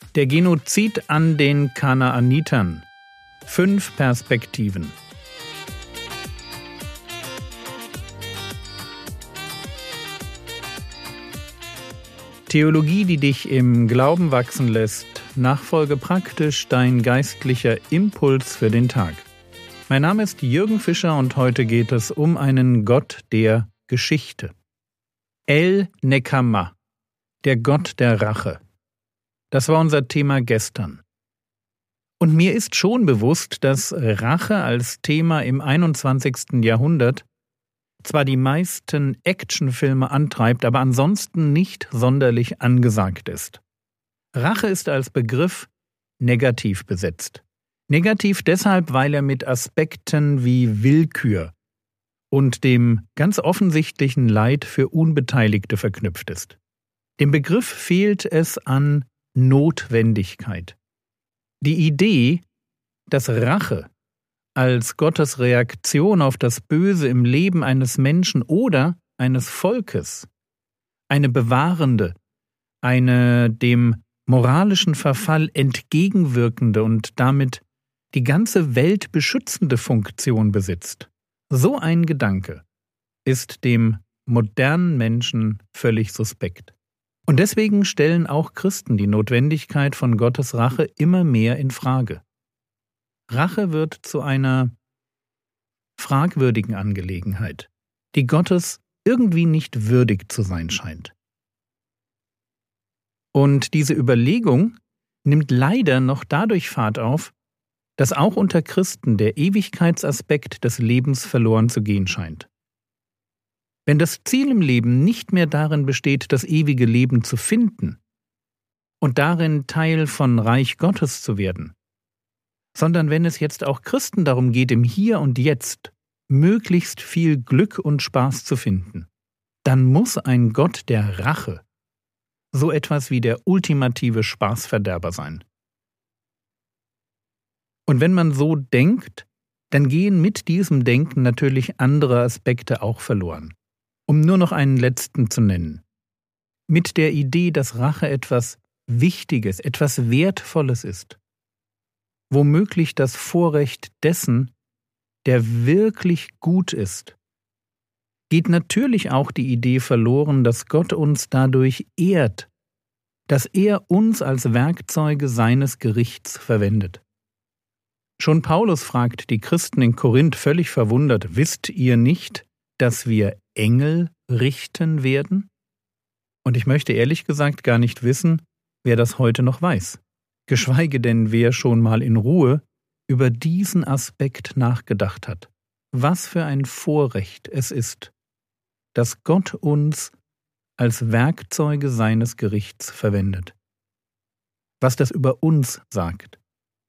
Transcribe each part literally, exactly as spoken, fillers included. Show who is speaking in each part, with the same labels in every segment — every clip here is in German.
Speaker 1: Der Genozid an den Kanaanitern. Fünf Perspektiven. Theologie, die dich im Glauben wachsen lässt. Nachfolge praktisch, dein geistlicher Impuls für den Tag. Mein Name ist Jürgen Fischer und heute geht es um einen Gott der Geschichte. El Nekama, der Gott der Rache. Das war unser Thema gestern. Und mir ist schon bewusst, dass Rache als Thema im einundzwanzigsten Jahrhundert zwar die meisten Actionfilme antreibt, aber ansonsten nicht sonderlich angesagt ist. Rache ist als Begriff negativ besetzt. Negativ deshalb, weil er mit Aspekten wie Willkür und dem ganz offensichtlichen Leid für Unbeteiligte verknüpft ist. Dem Begriff fehlt es an Notwendigkeit. Die Idee, dass Rache als Gottes Reaktion auf das Böse im Leben eines Menschen oder eines Volkes eine bewahrende, eine dem moralischen Verfall entgegenwirkende und damit die ganze Welt beschützende Funktion besitzt. So ein Gedanke ist dem modernen Menschen völlig suspekt. Und deswegen stellen auch Christen die Notwendigkeit von Gottes Rache immer mehr in Frage. Rache wird zu einer fragwürdigen Angelegenheit, die Gottes irgendwie nicht würdig zu sein scheint. Und diese Überlegung nimmt leider noch dadurch Fahrt auf, dass auch unter Christen der Ewigkeitsaspekt des Lebens verloren zu gehen scheint. Wenn das Ziel im Leben nicht mehr darin besteht, das ewige Leben zu finden und darin Teil von Reich Gottes zu werden, sondern wenn es jetzt auch Christen darum geht, im Hier und Jetzt möglichst viel Glück und Spaß zu finden, dann muss ein Gott der Rache so etwas wie der ultimative Spaßverderber sein. Und wenn man so denkt, dann gehen mit diesem Denken natürlich andere Aspekte auch verloren. Um nur noch einen letzten zu nennen. Mit der Idee, dass Rache etwas Wichtiges, etwas Wertvolles ist. Womöglich das Vorrecht dessen, der wirklich gut ist. Geht natürlich auch die Idee verloren, dass Gott uns dadurch ehrt, dass er uns als Werkzeuge seines Gerichts verwendet. Schon Paulus fragt die Christen in Korinth völlig verwundert, wisst ihr nicht, dass wir Engel richten werden? Und ich möchte ehrlich gesagt gar nicht wissen, wer das heute noch weiß. Geschweige denn, wer schon mal in Ruhe über diesen Aspekt nachgedacht hat. Was für ein Vorrecht es ist, dass Gott uns als Werkzeuge seines Gerichts verwendet. Was das über uns sagt.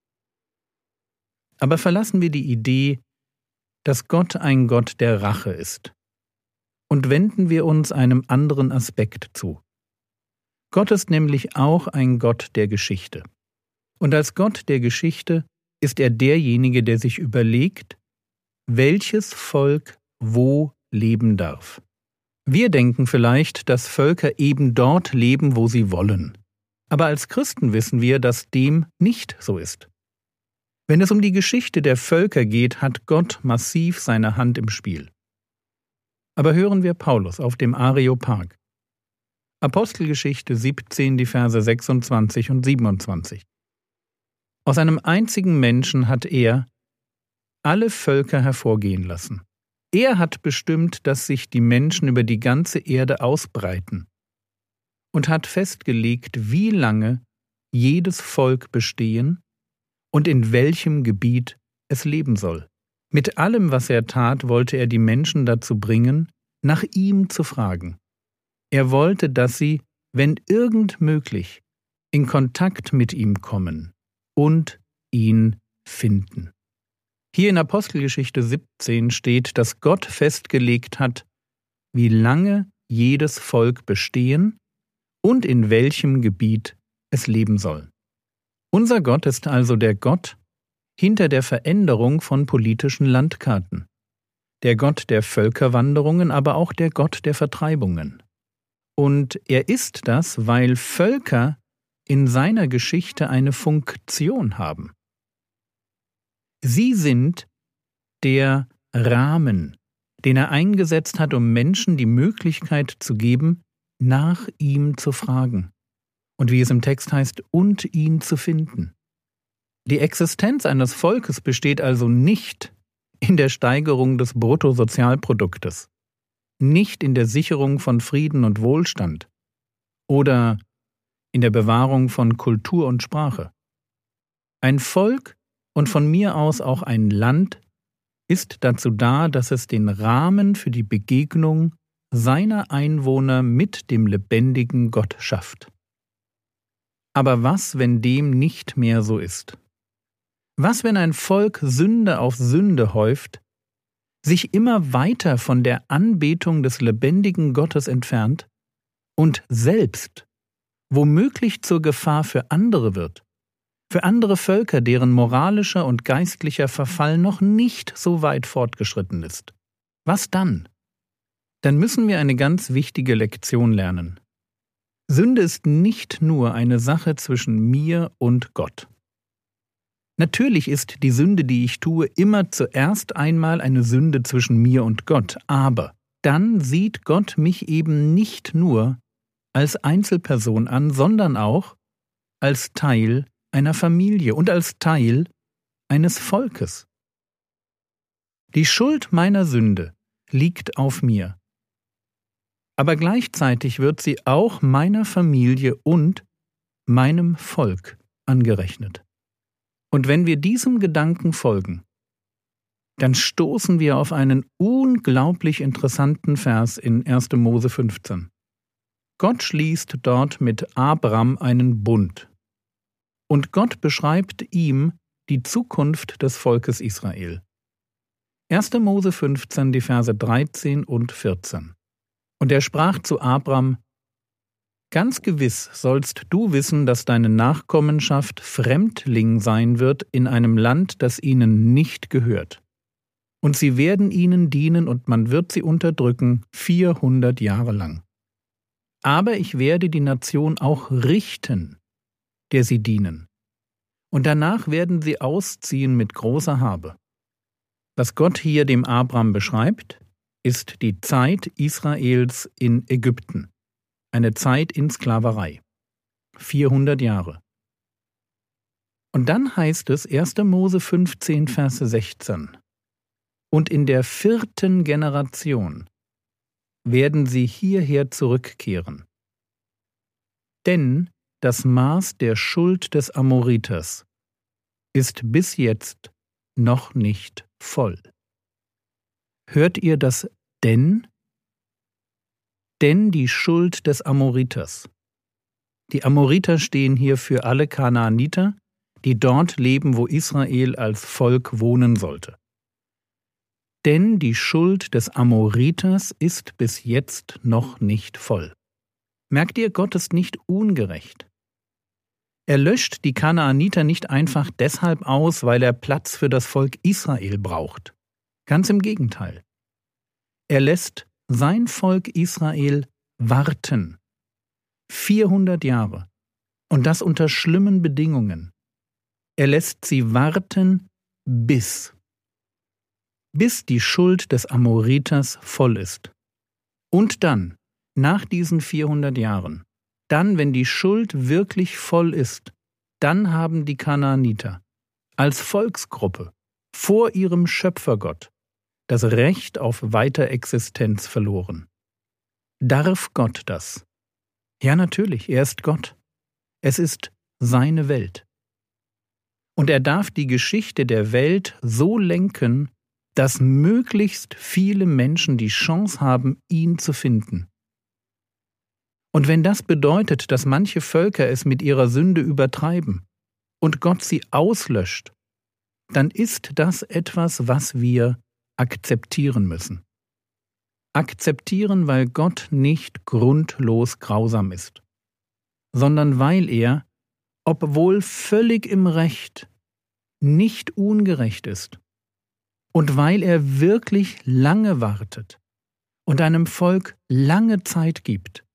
Speaker 1: Aber verlassen wir die Idee, dass Gott ein Gott der Rache ist. Und wenden wir uns einem anderen Aspekt zu. Gott ist nämlich auch ein Gott der Geschichte. Und als Gott der Geschichte ist er derjenige, der sich überlegt, welches Volk wo leben darf. Wir denken vielleicht, dass Völker eben dort leben, wo sie wollen. Aber als Christen wissen wir, dass dem nicht so ist. Wenn es um die Geschichte der Völker geht, hat Gott massiv seine Hand im Spiel. Aber hören wir Paulus auf dem Areopag. Apostelgeschichte siebzehn, die Verse sechsundzwanzig und siebenundzwanzig. Aus einem einzigen Menschen hat er alle Völker hervorgehen lassen. Er hat bestimmt, dass sich die Menschen über die ganze Erde ausbreiten und hat festgelegt, wie lange jedes Volk bestehen und in welchem Gebiet es leben soll. Mit allem, was er tat, wollte er die Menschen dazu bringen, nach ihm zu fragen. Er wollte, dass sie, wenn irgend möglich, in Kontakt mit ihm kommen und ihn finden. Hier in Apostelgeschichte siebzehn steht, dass Gott festgelegt hat, wie lange jedes Volk bestehen und in welchem Gebiet es leben soll. Unser Gott ist also der Gott hinter der Veränderung von politischen Landkarten, der Gott der Völkerwanderungen, aber auch der Gott der Vertreibungen. Und er ist das, weil Völker in seiner Geschichte eine Funktion haben. Sie sind der Rahmen, den er eingesetzt hat, um Menschen die Möglichkeit zu geben, nach ihm zu fragen. Und wie es im Text heißt, und ihn zu finden. Die Existenz eines Volkes besteht also nicht in der Steigerung des Bruttosozialproduktes, nicht in der Sicherung von Frieden und Wohlstand oder in der Bewahrung von Kultur und Sprache. Ein Volk und von mir aus auch ein Land ist dazu da, dass es den Rahmen für die Begegnung seiner Einwohner mit dem lebendigen Gott schafft. Aber was, wenn dem nicht mehr so ist? Was, wenn ein Volk Sünde auf Sünde häuft, sich immer weiter von der Anbetung des lebendigen Gottes entfernt und selbst womöglich zur Gefahr für andere wird, für andere Völker, deren moralischer und geistlicher Verfall noch nicht so weit fortgeschritten ist? Was dann? Dann müssen wir eine ganz wichtige Lektion lernen. Sünde ist nicht nur eine Sache zwischen mir und Gott. Natürlich ist die Sünde, die ich tue, immer zuerst einmal eine Sünde zwischen mir und Gott, aber dann sieht Gott mich eben nicht nur als Einzelperson an, sondern auch als Teil einer Familie und als Teil eines Volkes. Die Schuld meiner Sünde liegt auf mir. Aber gleichzeitig wird sie auch meiner Familie und meinem Volk angerechnet. Und wenn wir diesem Gedanken folgen, dann stoßen wir auf einen unglaublich interessanten Vers in erster Mose fünfzehn. Gott schließt dort mit Abram einen Bund. Und Gott beschreibt ihm die Zukunft des Volkes Israel. erster Mose fünfzehn, die Verse dreizehn und vierzehn. Und er sprach zu Abram: Ganz gewiss sollst du wissen, dass deine Nachkommenschaft Fremdling sein wird in einem Land, das ihnen nicht gehört. Und sie werden ihnen dienen und man wird sie unterdrücken vierhundert Jahre lang. Aber ich werde die Nation auch richten, der sie dienen. Und danach werden sie ausziehen mit großer Habe. Was Gott hier dem Abram beschreibt, ist die Zeit Israels in Ägypten. Eine Zeit in Sklaverei. vierhundert Jahre. Und dann heißt es erster Mose fünfzehn, Vers sechzehn. Und in der vierten Generation werden sie hierher zurückkehren. Denn das Maß der Schuld des Amoriters ist bis jetzt noch nicht voll. Hört ihr das denn? Denn die Schuld des Amoriters. Die Amoriter stehen hier für alle Kanaaniter, die dort leben, wo Israel als Volk wohnen sollte. Denn die Schuld des Amoriters ist bis jetzt noch nicht voll. Merkt ihr, Gott ist nicht ungerecht. Er löscht die Kanaaniter nicht einfach deshalb aus, weil er Platz für das Volk Israel braucht. Ganz im Gegenteil. Er lässt sein Volk Israel warten. vierhundert Jahre. Und das unter schlimmen Bedingungen. Er lässt sie warten bis. Bis die Schuld des Amoriters voll ist. Und dann, nach diesen vierhundert Jahren, dann, wenn die Schuld wirklich voll ist, dann haben die Kanaaniter als Volksgruppe vor ihrem Schöpfergott das Recht auf Weiterexistenz verloren. Darf Gott das? Ja, natürlich, er ist Gott. Es ist seine Welt. Und er darf die Geschichte der Welt so lenken, dass möglichst viele Menschen die Chance haben, ihn zu finden. Und wenn das bedeutet, dass manche Völker es mit ihrer Sünde übertreiben und Gott sie auslöscht, dann ist das etwas, was wir akzeptieren müssen. Akzeptieren, weil Gott nicht grundlos grausam ist, sondern weil er, obwohl völlig im Recht, nicht ungerecht ist und weil er wirklich lange wartet und einem Volk lange Zeit gibt,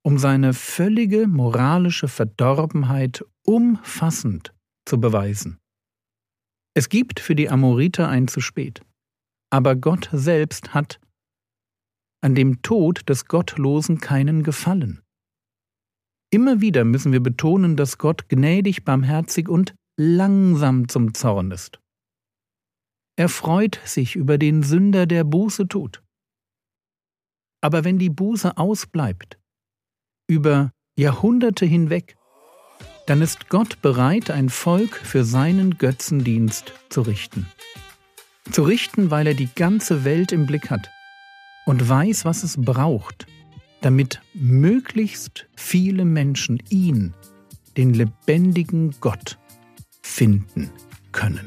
Speaker 1: um seine völlige moralische Verdorbenheit umfassend zu beweisen. Es gibt für die Amoriter ein zu spät, aber Gott selbst hat an dem Tod des Gottlosen keinen Gefallen. Immer wieder müssen wir betonen, dass Gott gnädig, barmherzig und langsam zum Zorn ist. Er freut sich über den Sünder, der Buße tut. Aber wenn die Buße ausbleibt, über Jahrhunderte hinweg, dann ist Gott bereit, ein Volk für seinen Götzendienst zu richten. Zu richten, weil er die ganze Welt im Blick hat und weiß, was es braucht, damit möglichst viele Menschen ihn, den lebendigen Gott, finden können.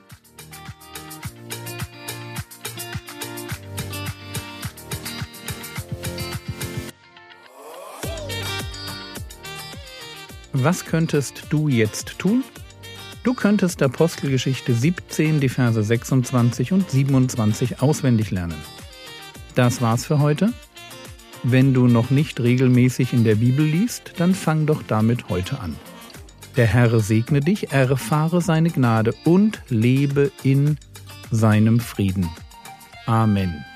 Speaker 1: Was könntest du jetzt tun? Du könntest Apostelgeschichte siebzehn, die Verse sechsundzwanzig und siebenundzwanzig auswendig lernen. Das war's für heute. Wenn du noch nicht regelmäßig in der Bibel liest, dann fang doch damit heute an. Der Herr segne dich, erfahre seine Gnade und lebe in seinem Frieden. Amen.